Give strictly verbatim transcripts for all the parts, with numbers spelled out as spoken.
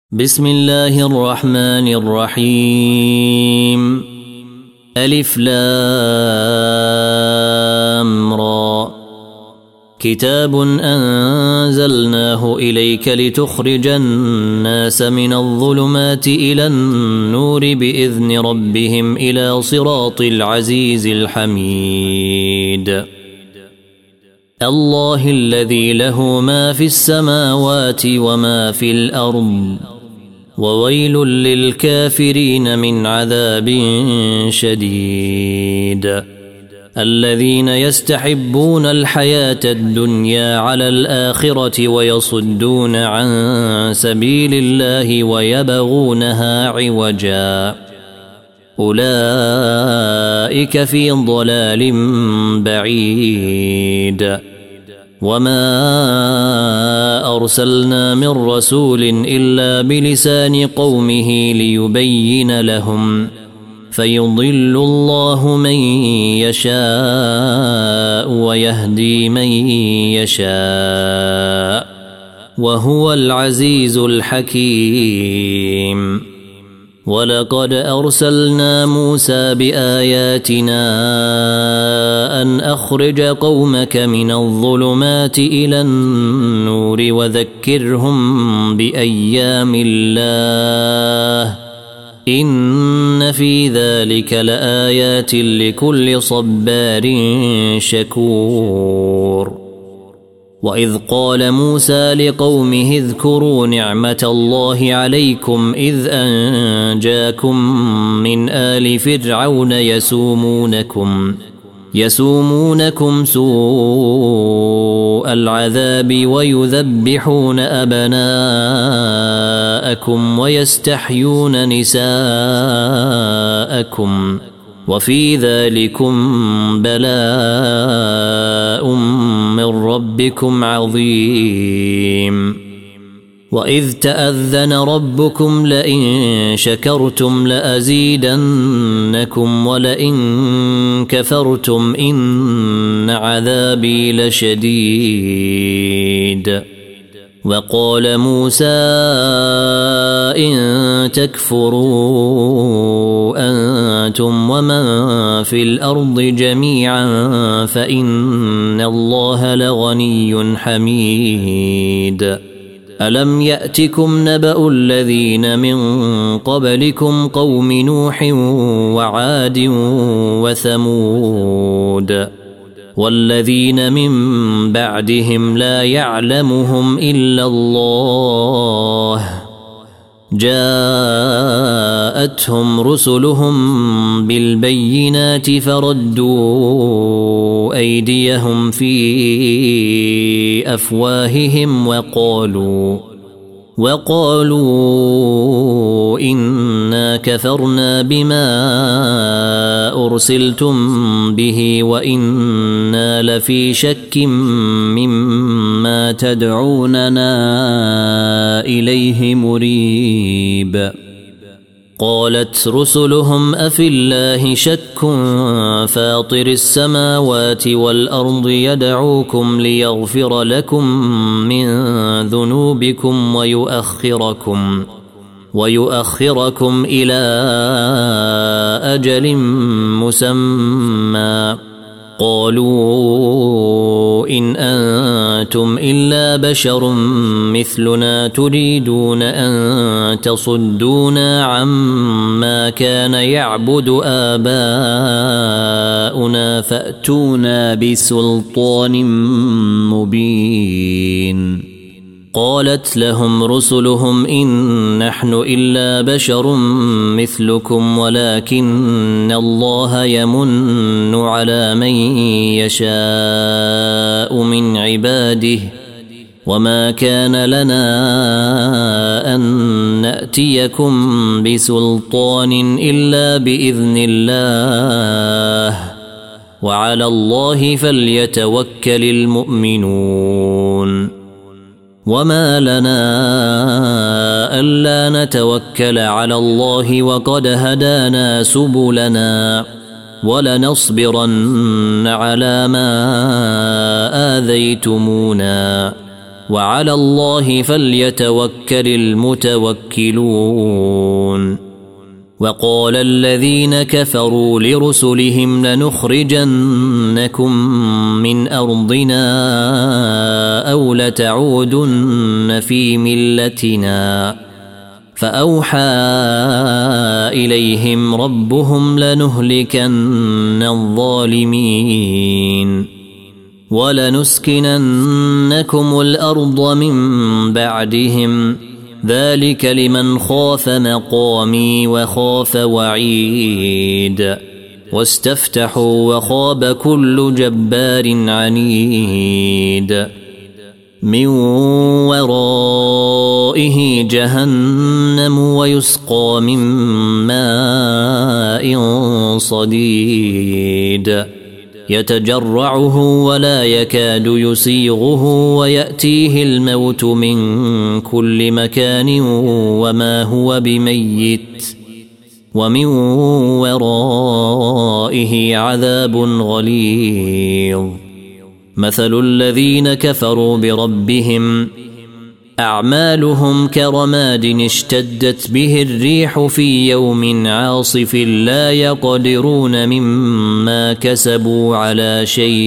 بسم الله الرحمن الرحيم. ألف لام را. كتاب أنزلناه إليك لتخرج الناس من الظلمات إلى النور بإذن ربهم إلى صراط العزيز الحميد. الله الذي له ما في السماوات وما في الأرض، وويل للكافرين من عذاب شديد. الذين يستحبون الحياة الدنيا على الآخرة ويصدون عن سبيل الله ويبغونها عوجا، أولئك في ضلال بعيد. وما أرسلنا من رسول إلا بلسان قومه ليبين لهم، فيضل الله من يشاء ويهدي من يشاء، وهو العزيز الحكيم. ولقد أرسلنا موسى بآياتنا أن أخرج قومك من الظلمات إلى النور وذكرهم بأيام الله، إن في ذلك لآيات لكل صبار شكور. وإذ قال موسى لقومه اذكروا نعمة الله عليكم إذ أنجاكم من آل فرعون يسومونكم يسومونكم سوء العذاب ويذبحون أبناءكم ويستحيون نساءكم، وفي ذلكم بلاء من ربكم عظيم. وإذ تأذن ربكم لئن شكرتم لأزيدنكم ولئن كفرتم إن عذابي لشديد. وقال موسى إن تكفروا أنتم ومن في الأرض جميعا فإن الله لغني حميد. ألم يأتكم نبأ الذين من قبلكم قوم نوح وعاد وثمود والذين من بعدهم لا يعلمهم إلا الله، جاءتهم رسلهم بالبينات فردوا أيديهم في أفواههم وقالوا وقالوا إنا كفرنا بما أرسلتم به وإنا لفي شك مما تدعوننا إليه مريب. قالت رسلهم أفي الله شك فاطر السماوات والأرض يدعوكم ليغفر لكم من ذنوبكم ويؤخركم ويؤخركم إلى أجل مسمى. قالوا إن أنتم إلا بشر مثلنا تريدون أن تصدونا عما كان يعبد آباؤنا فأتونا بسلطان مبين. قالت لهم رسلهم إن نحن إلا بشر مثلكم ولكن الله يمن على من يشاء من عباده، وما كان لنا أن نأتيكم بسلطان إلا بإذن الله، وعلى الله فليتوكل المؤمنون. وما لنا ألا نتوكل على الله وقد هدانا سبلنا ولنصبرن على ما آذيتمونا وعلى الله فليتوكل المتوكلون. وقال الذين كفروا لرسلهم لنخرجنكم من أرضنا أو لتعودن في ملتنا فأوحى إليهم ربهم لنهلكن الظالمين ولنسكننكم الأرض من بعدهم ذلك لمن خاف مقامي وخاف وعيد. واستفتحوا وخاب كل جبار عنيد من ورائه جهنم ويسقى من ماء صديد يتجرعه ولا يكاد يسيغه ويأتيه الموت من كل مكان وما هو بميت ومن ورائه عذاب غليظ. مثل الذين كفروا بربهم أعمالهم كرماد اشتدت به الريح في يوم عاصف لا يقدرون مما كسبوا على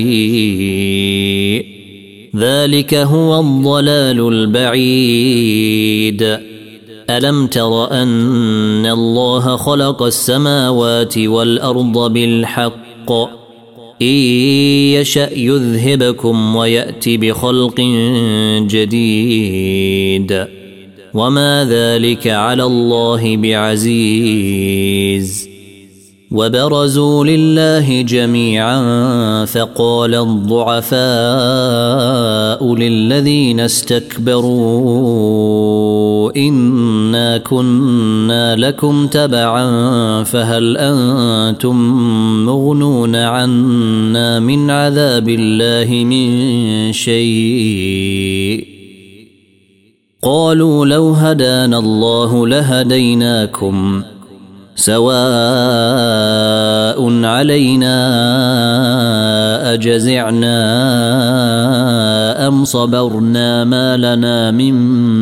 شيء ذلك هو الضلال البعيد. ألم تر أن الله خلق السماوات والأرض بالحق إن يشأ يذهبكم ويأتي بخلق جديد وما ذلك على الله بعزيز. وبرزوا لله جميعا فقال الضعفاء للذين استكبروا إنا كنا لكم تبعا فهل أنتم مغنون عنا من عذاب الله من شيء قالوا لو هدانا الله لهديناكم سواء علينا أجزعنا أم صبرنا ما لنا من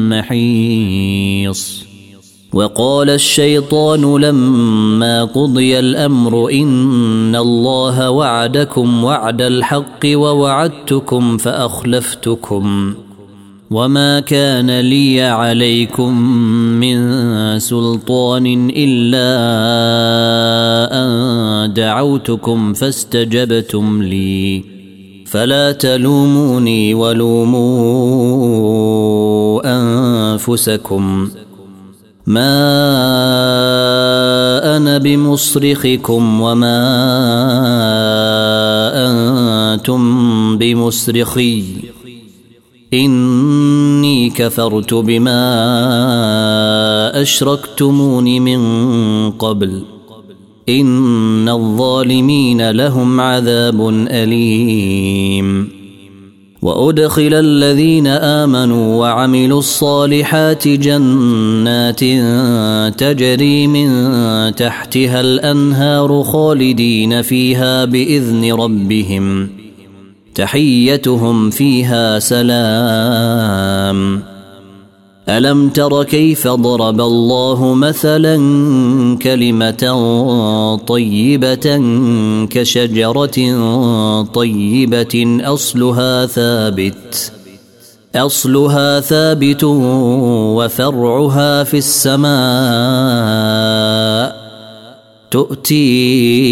محيص. وقال الشيطان لما قضي الأمر إن الله وعدكم وعد الحق ووعدتكم فأخلفتكم وما كان لي عليكم من سلطان إلا أن دعوتكم فاستجبتم لي فلا تلوموني ولوموا أنفسكم ما أنا بمصرخكم وما أنتم بمصرخي إني كفرت بما أشركتمون من قبل إن الظالمين لهم عذاب أليم. وأدخل الذين آمنوا وعملوا الصالحات جنات تجري من تحتها الأنهار خالدين فيها بإذن ربهم تحيتهم فيها سلام. ألم تر كيف ضرب الله مثلا كلمة طيبة كشجرة طيبة أصلها ثابت أصلها ثابت وفرعها في السماء تؤتي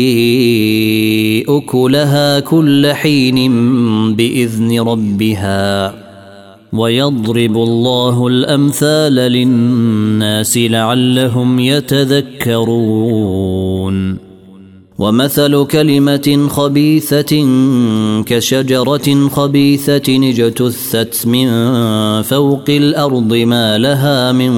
أكلها كل حين بإذن ربها ويضرب الله الأمثال للناس لعلهم يتذكرون. ومثل كلمة خبيثة كشجرة خبيثة اجتثت من فوق الأرض ما لها من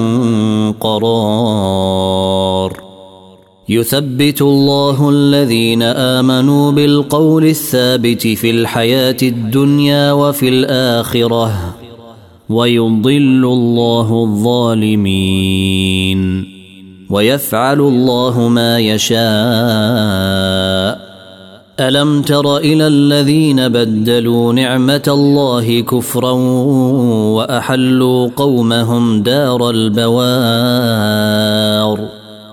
قرار يثبت الله الذين آمنوا بالقول الثابت في الحياة الدنيا وفي الآخرة ويضل الله الظالمين ويفعل الله ما يشاء. ألم تر إلى الذين بدلوا نعمة الله كفرا وأحلوا قومهم دار البوار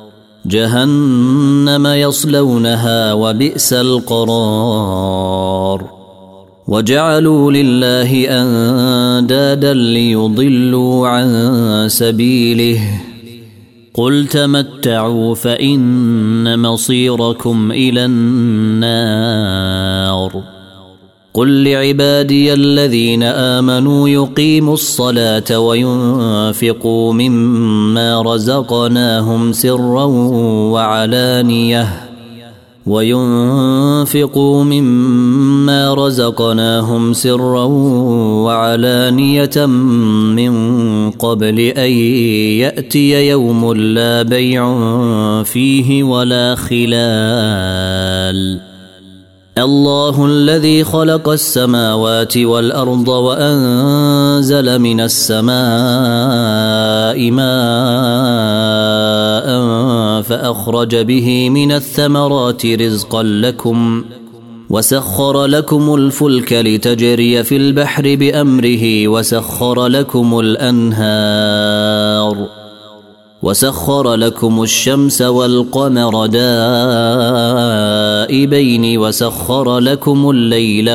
جهنم يصلونها وبئس القرار وجعلوا لله أندادا ليضلوا عن سبيله قل تمتعوا فإن مصيركم إلى النار قل لعبادي الذين آمنوا يقيموا الصلاة وينفقوا مما رزقناهم سرا وعلانية وينفقوا مما رزقناهم سرا وعلانية من قبل أن يأتي يوم لا بيع فيه ولا خلال الله الذي خلق السماوات والأرض وأنزل من السماء ماء فأخرج به من الثمرات رزقا لكم وسخر لكم الفلك لتجري في البحر بأمره وسخر لكم الأنهار وسخر لكم الشمس والقمر دائبين وسخر لكم الليل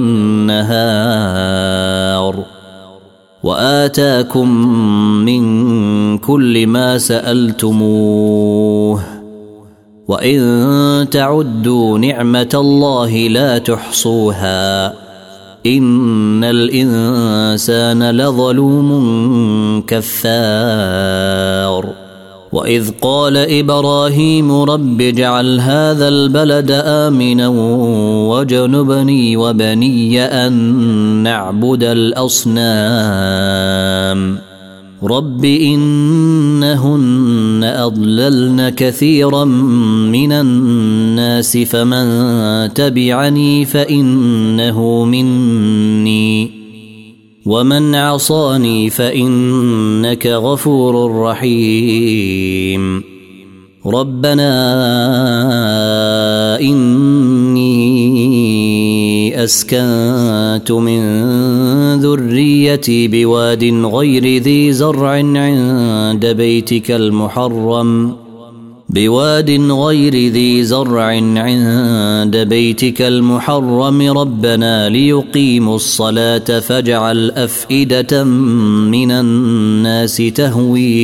والنهار وآتاكم من كل ما سألتموه وإن تعدوا نعمة الله لا تحصوها إن الإنسان لظلوم كفار وإذ قال إبراهيم رب اجعل هذا البلد آمنا وجنبني وبني أن نعبد الأصنام رب إنهن أضللن كثيرا من الناس فمن تبعني فإنه مني ومن عصاني فإنك غفور رحيم ربنا إني أسكنت من ذريتي بواد غير ذي زرع عند بيتك المحرم بواد غير ذي زرع عند بيتك المحرم ربنا ليقيموا الصلاة فاجعل أفئدة من الناس تهوي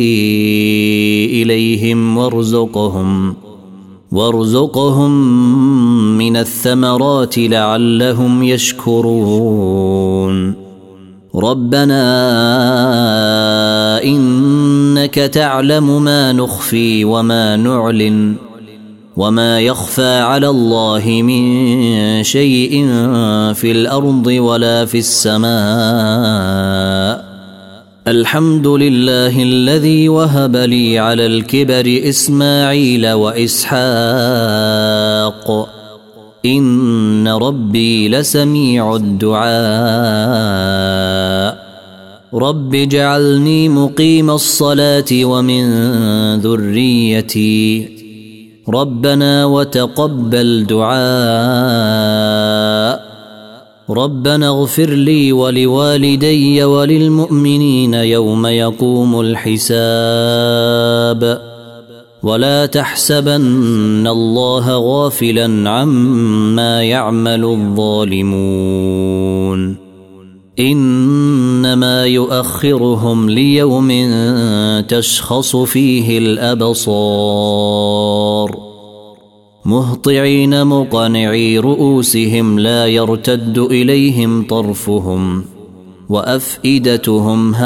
إليهم وارزقهم وارزقهم من الثمرات لعلهم يشكرون ربنا إنك تعلم ما نخفي وما نعلن وما يخفى على الله من شيء في الأرض ولا في السماء الحمد لله الذي وهب لي على الكبر إسماعيل وإسحاق إن ربي لسميع الدعاء رب اجعلني مقيم الصلاة ومن ذريتي ربنا وتقبل دعاء ربنا اغفر لي ولوالدي وللمؤمنين يوم يقوم الحساب ولا تحسبن الله غافلا عما يعمل الظالمون إنما يؤخرهم ليوم تشخص فيه الأبصار مهطعين مقنعي رؤوسهم لا يرتد إليهم طرفهم وأفئدتهم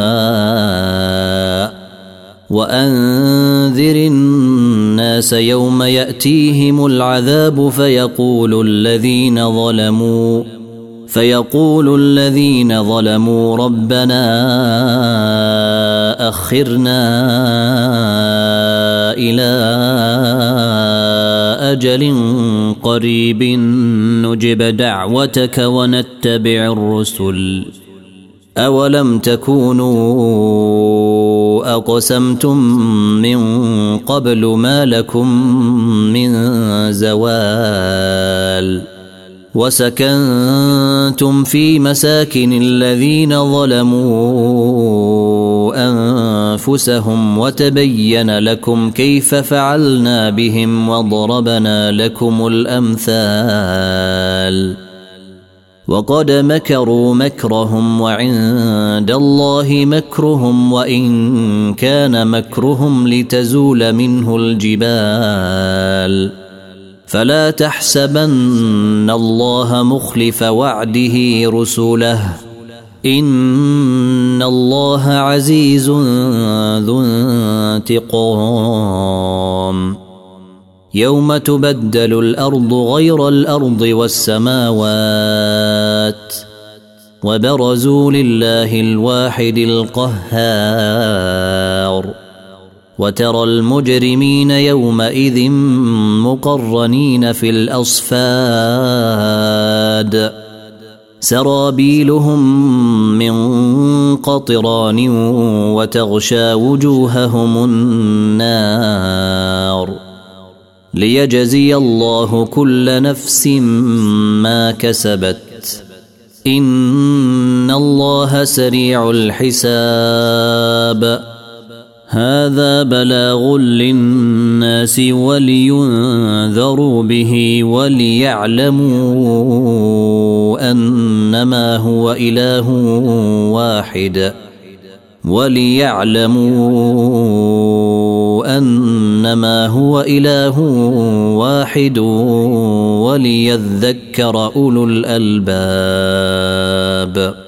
هواء وأنذر الناس يوم يأتيهم العذاب فيقول الذين ظلموا فيقول الذين ظلموا ربنا أخرنا إلى أجل قريب نجب دعوتك ونتبع الرسل أولم تكونوا أقسمتم من قبل ما لكم من زوال وسكنتم في مساكن الذين ظلموا أنفسهم وتبين لكم كيف فعلنا بهم وضربنا لكم الأمثال وقد مكروا مكرهم وعند الله مكرهم وإن كان مكرهم لتزول منه الجبال فلا تحسبن الله مخلف وعده رسله إن الله عزيز ذو انتقام يوم تبدل الأرض غير الأرض والسماوات وبرزوا لله الواحد القهار وترى المجرمين يومئذ مقرنين في الأصفاد سرابيلهم من قطران وتغشى وجوههم النار ليجزي الله كل نفس ما كسبت إن الله سريع الحساب هذا بلاغ للناس ولينذروا به وليعلموا أنما هو إله واحد وليعلموا أنما هو إله واحد وليذكر أولو الألباب.